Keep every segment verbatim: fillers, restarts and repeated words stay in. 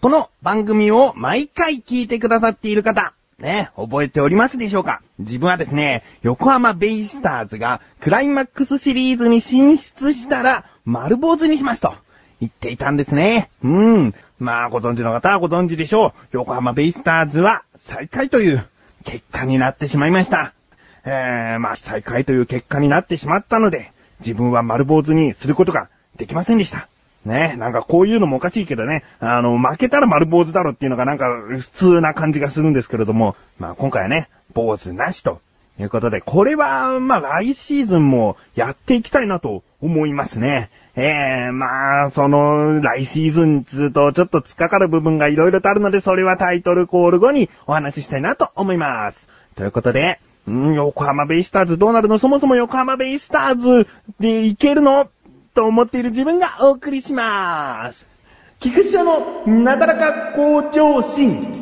この番組を毎回聞いてくださっている方、ね、覚えておりますでしょうか？自分はですね、横浜ベイスターズがクライマックスシリーズに進出したら丸坊主にしますと言っていたんですね。うん。まあご存知の方はご存知でしょう。横浜ベイスターズは最下位という結果になってしまいました。えー、まあ最下位という結果になってしまったので、自分は丸坊主にすることができませんでした。ね、なんかこういうのもおかしいけどね、あの、負けたら丸坊主だろっていうのがなんか普通な感じがするんですけれども、まあ今回はね、坊主なしということで、これは、まあ来シーズンもやっていきたいなと思いますね。えー、まあ、その、来シーズンつうとちょっと突っかかる部分がいろいろとあるので、それはタイトルコール後にお話ししたいなと思います。ということで、うん、横浜ベイスターズどうなるの？そもそも横浜ベイスターズでいけるの？と思っている自分がお送りします。菊池のなだらか向上心。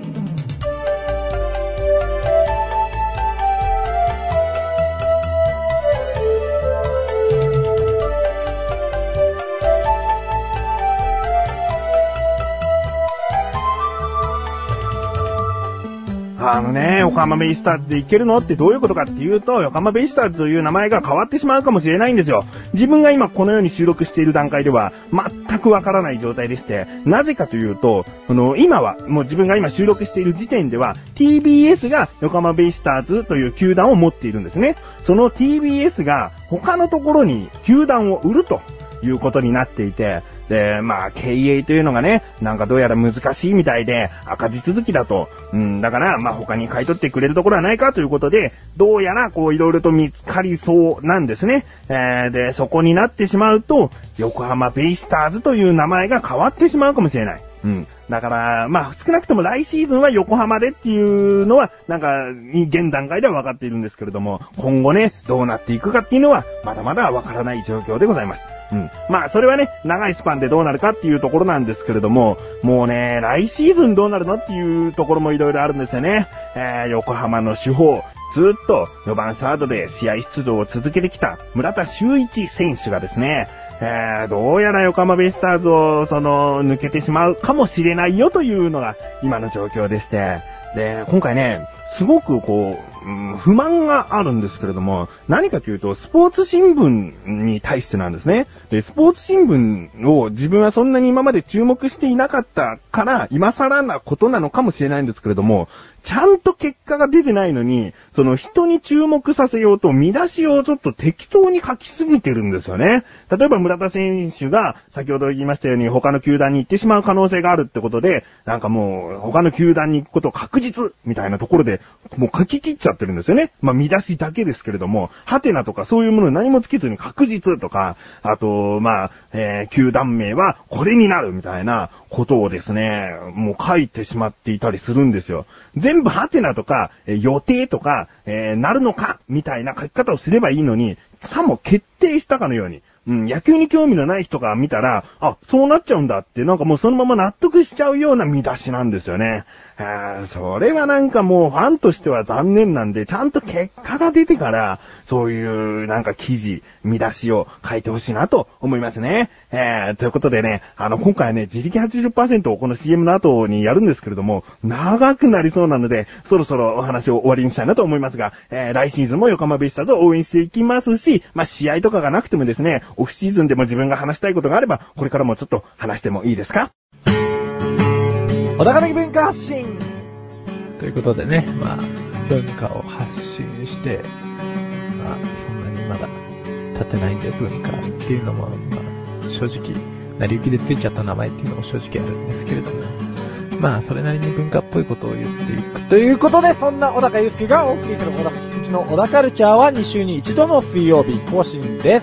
あのね、横浜ベイスターズでいけるのってどういうことかっていうと、横浜ベイスターズという名前が変わってしまうかもしれないんですよ。自分が今このように収録している段階では全くわからない状態でして、なぜかというと、あの、今は、もう自分が今収録している時点では ティービーエス が横浜ベイスターズという球団を持っているんですね。その ティービーエス が他のところに球団を売るということになっていて、で、まあ、経営というのがね、なんかどうやら難しいみたいで、赤字続きだと。うん、だから、まあ他に買い取ってくれるところはないかということで、どうやらこういろいろと見つかりそうなんですね。えー、で、そこになってしまうと、横浜ベイスターズという名前が変わってしまうかもしれない。うん。だから、まあ、少なくとも来シーズンは横浜でっていうのは、なんか、現段階では分かっているんですけれども、今後ね、どうなっていくかっていうのは、まだまだ分からない状況でございます。うん。まあ、それはね、長いスパンでどうなるかっていうところなんですけれども、もうね、来シーズンどうなるのっていうところもいろいろあるんですよね。えー、横浜の主砲、ずっとよばんサードで試合出場を続けてきた村田修一選手がですね、えー、どうやら横浜ベイスターズを、その、抜けてしまうかもしれないよというのが今の状況でして、で、今回ね、すごくこう、うん、不満があるんですけれども、何かというと、スポーツ新聞に対してなんですね。で、スポーツ新聞を自分はそんなに今まで注目していなかったから、今更なことなのかもしれないんですけれども、ちゃんと結果が出てないのに、その人に注目させようと見出しをちょっと適当に書きすぎてるんですよね。例えば村田選手が先ほど言いましたように他の球団に行ってしまう可能性があるってことで、なんかもう他の球団に行くこと確実みたいなところでもう書き切っちゃってるんですよね。まあ見出しだけですけれども、ハテナとかそういうもの何もつけずに確実とか、あとまあ、えー、球団名はこれになるみたいなことをですね、もう書いてしまっていたりするんですよ。全部ハテナとか、えー、予定とか、えー、なるのかみたいな書き方をすればいいのに、さも決定したかのように、うん、野球に興味のない人が見たら、あ、そうなっちゃうんだって、なんかもうそのまま納得しちゃうような見出しなんですよね。あ、それはなんかもうファンとしては残念なんで、ちゃんと結果が出てから、そういうなんか記事、見出しを書いてほしいなと思いますね。えー、ということでね、あの今回はね、自力 はちじゅっパーセント をこの シーエム の後にやるんですけれども、長くなりそうなので、そろそろお話を終わりにしたいなと思いますが、えー、来シーズンも横浜ベイスターズを応援していきますし、まあ、試合とかがなくてもですね、オフシーズンでも自分が話したいことがあれば、これからもちょっと話してもいいですか？ 小高的文化発信ということでね、まあ、文化を発信して、まあ、そんなにまだ立てないんで文化っていうのも、まあ、正直、成り行きでついちゃった名前っていうのも正直あるんですけれども、まあ、それなりに文化っぽいことを言っていく。ということで、そんな小高祐介がお送りする小高菊池の小高カルチャーはに週に一度の水曜日更新です。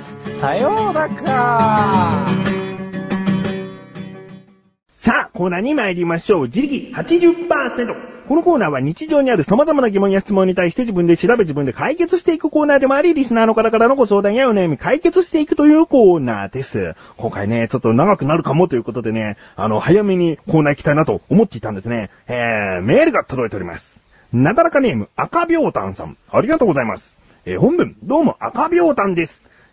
さようなら。 さあ、コーナーに参りましょう。自力 はちじゅっパーセント。このコーナーは日常にある様々な疑問や質問に対して自分で調べ自分で解決していくコーナーでもあり、リスナーの方からのご相談やお悩み解決していくというコーナーです。今回ね、ちょっと長くなるかもということでね、あの、早めにコーナー行きたいなと思っていたんですね。えー、メールが届いております。なだらかネーム赤びょうたんさん、ありがとうございます。えー、本文、どうも赤びょうたんです。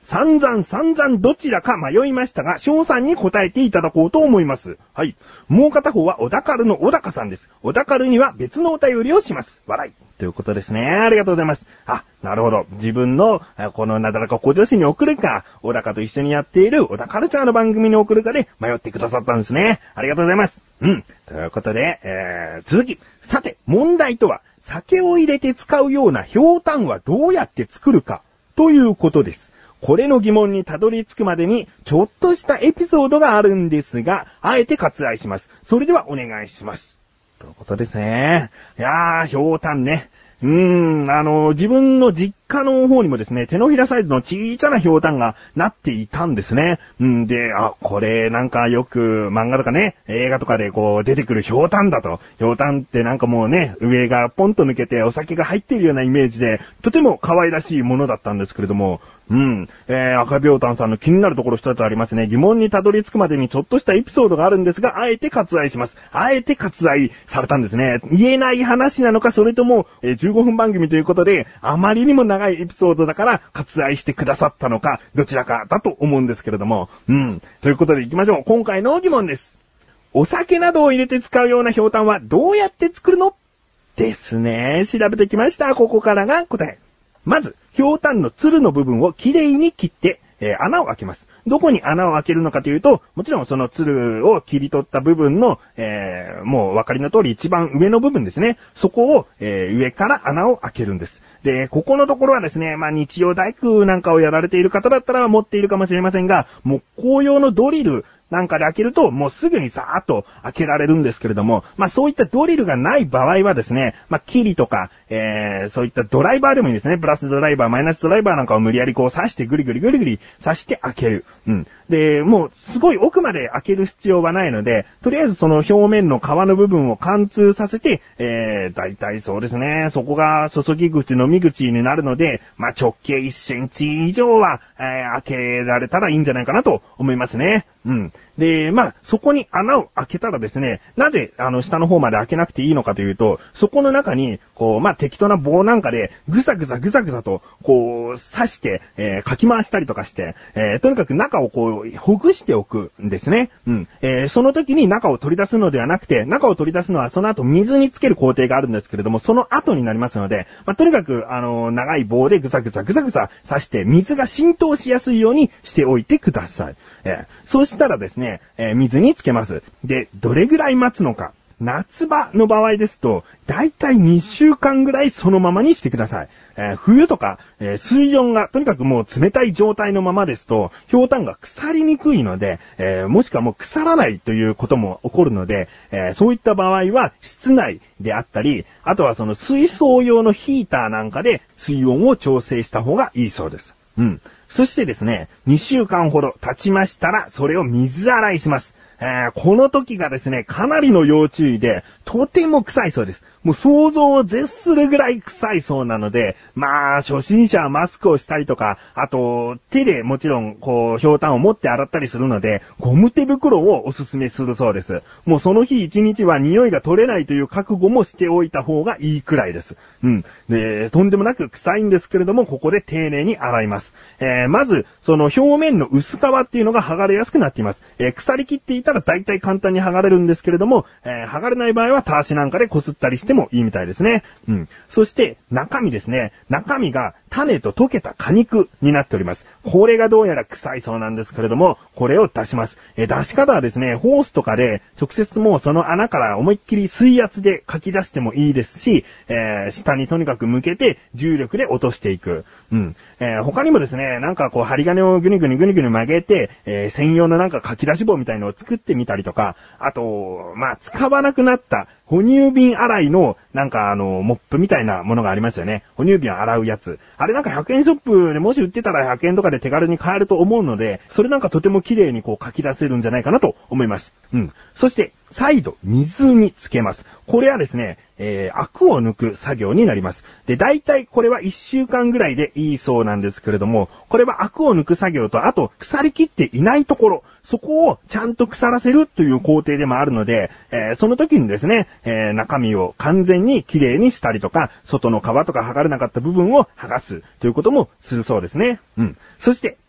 散々散々どちらか迷いましたが、翔さんに答えていただこうと思います。はい。もう片方は小高るの小高さんです。小高るには別のお便りをします。笑い。ということですね。ありがとうございます。あ、なるほど。自分の、このなだらか向上心に送るか、小高と一緒にやっている小高ルチャーの番組に送るかで迷ってくださったんですね。ありがとうございます。うん。ということで、えー、続き。さて、問題とは、酒を入れて使うような氷炭はどうやって作るか、ということです。これの疑問にたどり着くまでに、ちょっとしたエピソードがあるんですが、あえて割愛します。それではお願いします。ということですね。いやー、氷炭ね。うーん、あの、自分の実家の方にもですね、手のひらサイズの小さな氷炭がなっていたんですね。んで、あ、これなんかよく漫画とかね、映画とかでこう出てくる氷炭だと。氷炭ってなんかもうね、上がポンと抜けてお酒が入っているようなイメージで、とても可愛らしいものだったんですけれども、うん。えー、赤氷炭さんの気になるところ一つありますね。疑問にたどり着くまでにちょっとしたエピソードがあるんですが、あえて割愛します。あえて割愛されたんですね。言えない話なのか、それとも、えー、じゅうごふん番組ということで、あまりにも長いエピソードだから割愛してくださったのか、どちらかだと思うんですけれども。うん。ということで行きましょう。今回の疑問です。お酒などを入れて使うような氷炭はどうやって作るの？ですね。調べてきました。ここからが答え。まず、氷炭のつるの部分をきれいに切って、えー、穴を開けます。どこに穴を開けるのかというと、もちろんそのつるを切り取った部分の、えー、もうお分かりの通り一番上の部分ですね。そこを、えー、上から穴を開けるんです。で、ここのところはですね、まあ日曜大工なんかをやられている方だったら持っているかもしれませんが、木工用のドリル、なんかで開けると、もうすぐにさーっと開けられるんですけれども、まあそういったドリルがない場合はですね、まあキリとか、えー、そういったドライバーでもいいですね。プラスドライバー、マイナスドライバーなんかを無理やりこう刺してぐりぐりぐりぐり刺して開ける。うん。で、もうすごい奥まで開ける必要はないので、とりあえずその表面の皮の部分を貫通させて、えー、だいたいそうですね、そこが注ぎ口、飲み口になるので、まあ直径いっセンチ以上は、えー、開けられたらいいんじゃないかなと思いますね。うん。で、まあ、そこに穴を開けたらですね、なぜ、あの、下の方まで開けなくていいのかというと、そこの中に、こう、まあ、適当な棒なんかで、ぐさぐさぐさぐさと、こう、刺して、えー、かき回したりとかして、えー、とにかく中をこう、ほぐしておくんですね。うん。えー、その時に中を取り出すのではなくて、中を取り出すのはその後水につける工程があるんですけれども、その後になりますので、まあ、とにかく、あの、長い棒でぐさぐさぐさぐさ刺して、水が浸透しやすいようにしておいてください。えー、そうしたらですね、えー、水につけます。で、どれぐらい待つのか。夏場の場合ですと、だいたいにしゅうかんぐらいそのままにしてください。えー、冬とか、えー、水温がとにかくもう冷たい状態のままですと、氷炭が腐りにくいので、えー、もしくはもう腐らないということも起こるので、えー、そういった場合は室内であったり、あとはその水槽用のヒーターなんかで水温を調整した方がいいそうです。うん。そしてですね、にしゅうかんほど経ちましたら、それを水洗いします。えー、この時がですね、かなりの要注意で、とても臭いそうです。もう想像を絶するぐらい臭いそうなので、まあ、初心者はマスクをしたりとか、あと、手でもちろん、こう、氷炭を持って洗ったりするので、ゴム手袋をおすすめするそうです。もうその日一日は匂いが取れないという覚悟もしておいた方がいいくらいです。うん。で、とんでもなく臭いんですけれども、ここで丁寧に洗います。えー、まず、その表面の薄皮っていうのが剥がれやすくなっています。えー、腐りきっていたら大体簡単に剥がれるんですけれども、えー、剥がれない場合はターシなんかで擦ったりしてもいいみたいですね。うん。そして中身ですね。中身が種と溶けた果肉になっております。これがどうやら臭いそうなんですけれども、これを出します。えー、出し方はですね、ホースとかで直接もうその穴から思いっきり水圧でかき出してもいいですし、えー、下にとにかく向けて重力で落としていく。うん。えー、他にもですね、なんかこう針金をぐにぐにぐにぐに曲げて、えー、専用のなんかかき出し棒みたいのを作ってみたりとか、あと、まあ、使わなくなった哺乳瓶洗いの、なんかあの、モップみたいなものがありますよね。哺乳瓶を洗うやつ。あれなんかひゃくえんショップでもし売ってたらひゃくえんとかで手軽に買えると思うので、それなんかとても綺麗にこう書き出せるんじゃないかなと思います。うん。そして、再度水につけます。これはですね、えー、アクを抜く作業になります。で、大体これはいっしゅうかんぐらいでいいそうなんですけれども、これはアクを抜く作業と、あと腐りきっていないところ、そこをちゃんと腐らせるという工程でもあるので、えー、その時にですね、えー、中身を完全にきれいにしたりとか、外の皮とか剥がれなかった部分を剥がすということもするそうですね。うん。そして、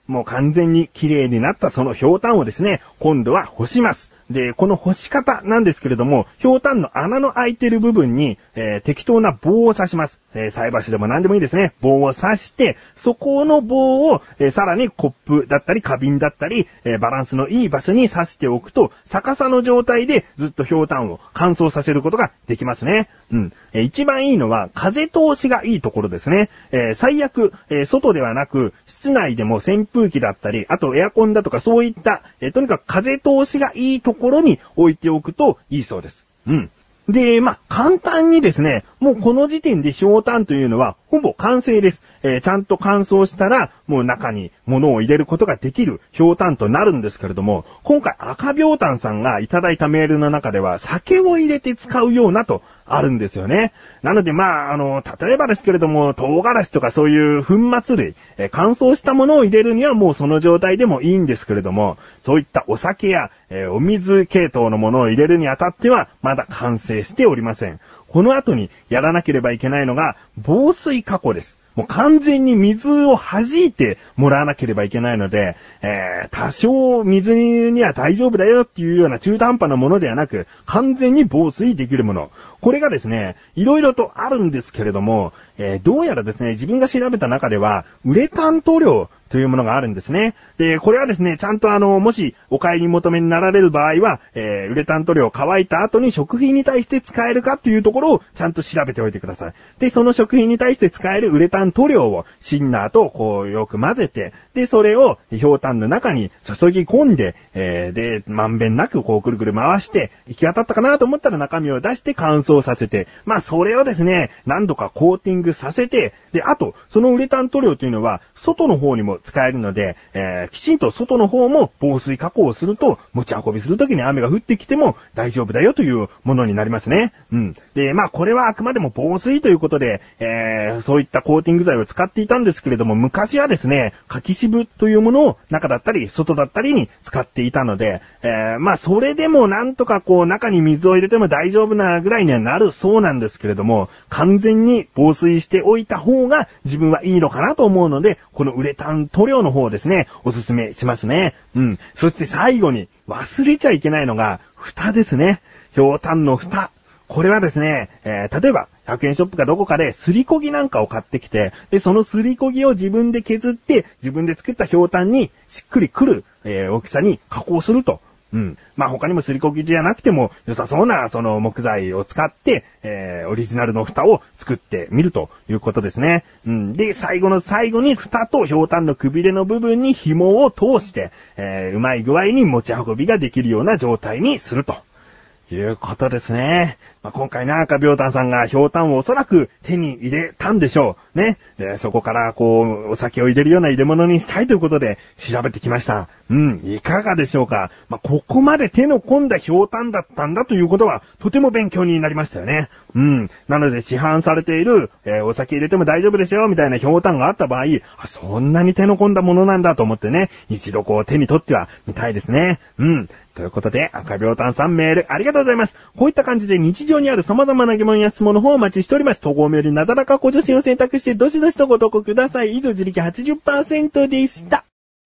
もう完全に綺麗になったその氷炭をですね、今度は干します。で、この干し方なんですけれども、氷炭の穴の開いてる部分に、えー、適当な棒を刺します。えー、菜箸でも何でもいいですね。棒を刺して、そこの棒を、えー、さらにコップだったり花瓶だったり、えー、バランスのいい場所に刺しておくと、逆さの状態でずっと氷炭を乾燥させることができますね。うん。えー、一番いいのは風通しがいいところですね。えー、最悪、えー、外ではなく、室内でも扇風機だったり、あとエアコンだとかそういった、えー、とにかく風通しがいいところに置いておくといいそうです。うん。で、まあ、簡単にですね、もうこの時点で氷炭というのはほぼ完成です。えー、ちゃんと乾燥したら、もう中に物を入れることができる氷炭となるんですけれども、今回赤氷炭さんがいただいたメールの中では、酒を入れて使うようなとあるんですよね。なので、まあ、あの、例えばですけれども、唐辛子とかそういう粉末類、えー、乾燥したものを入れるにはもうその状態でもいいんですけれども、そういったお酒や、えー、お水系統のものを入れるにあたっては、まだ完成しておりません。この後にやらなければいけないのが、防水加工です。もう完全に水を弾いてもらわなければいけないので、えー、多少水には大丈夫だよっていうような中途半端なものではなく、完全に防水できるもの。これがですね、いろいろとあるんですけれども、えー、どうやらですね、自分が調べた中では、ウレタン塗料というものがあるんですね。で、これはですね、ちゃんとあの、もしお買いに求めになられる場合は、えー、ウレタン塗料乾いた後に食品に対して使えるかっていうところをちゃんと調べておいてください。で、その食品に対して使えるウレタン塗料をシンナーとこうよく混ぜて、で、それを氷炭の中に注ぎ込んで、えー、で、まんべんなくこうくるくる回して、行き当たったかなと思ったら中身を出して乾燥させて、まあそれをですね、何度かコーティングさせて、で、あと、そのウレタン塗料というのは、外の方にも使えるので、えー、きちんと外の方も防水加工をすると、持ち運びするときに雨が降ってきても大丈夫だよというものになりますね。うん。で、まあこれはあくまでも防水ということで、えー、そういったコーティング剤を使っていたんですけれども、昔はですね、柿渋というものを中だったり、外だったりに使っていたので、えー、まあそれでもなんとかこう中に水を入れても大丈夫なぐらいにはなるそうなんですけれども、完全に防水しておいた方が自分はいいのかなと思うので、このウレタン塗料の方をですね、おすすめしますね。うん。そして最後に忘れちゃいけないのが、蓋ですね。氷炭の蓋。これはですね、えー、例えば、ひゃくえんショップかどこかですりこぎなんかを買ってきて、で、そのすりこぎを自分で削って、自分で作った氷炭にしっくりくる、えー、大きさに加工すると。うん。まあ、他にもすりこぎじゃなくても良さそうな、その木材を使って、えー、オリジナルの蓋を作ってみるということですね。うん。で、最後の最後に蓋と氷炭のくびれの部分に紐を通して、えー、うまい具合に持ち運びができるような状態にすると。いうことですね。まあ、今回ね、赤氷炭さんが氷炭をおそらく手に入れたんでしょう。ね。で、そこからこう、お酒を入れるような入れ物にしたいということで調べてきました。うん、いかがでしょうか。まあ、ここまで手の込んだ氷炭だったんだということは、とても勉強になりましたよね。うん。なので市販されている、えー、お酒入れても大丈夫ですよ、みたいな氷炭があった場合、あ、そんなに手の込んだものなんだと思ってね、一度こう手に取ってはみたいですね。うん。ということで、赤氷炭さんメールありがとうございます。こういった感じで日常にある様々な疑問や質問の方をお待ちしております。統合メールなだらかご助身を選択してどしどしとご投稿ください。以上、自力 はちじゅっパーセント でした。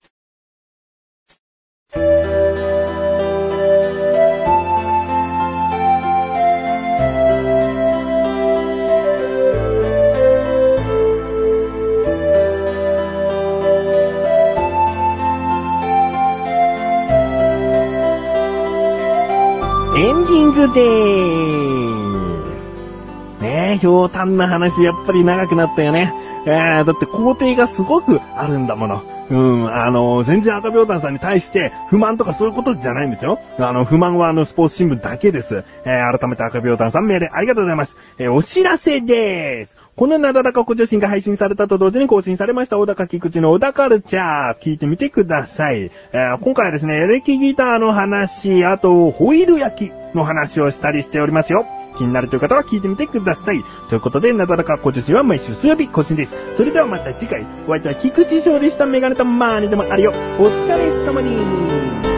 エンディングでーす。ねえ、氷炭の話やっぱり長くなったよね。えー、だって工程がすごくあるんだもの。うん、あの、全然赤氷炭さんに対して不満とかそういうことじゃないんですよ。あの、不満はあの、スポーツ新聞だけです。えー、改めて赤氷炭さんメールありがとうございます。えー、お知らせでーす。このなだらかご助身が配信されたと同時に更新されました小高菊池の小高カルチャー、聞いてみてください。えー、今回はですね、エレキギターの話、あと、ホイル焼きの話をしたりしておりますよ。気になるという方は聞いてみてください。ということで、なだらかご助身は毎週水曜日更新です。それではまた次回、お相手は菊池翔でした。メガネたまーにでもあるよ。お疲れ様にー。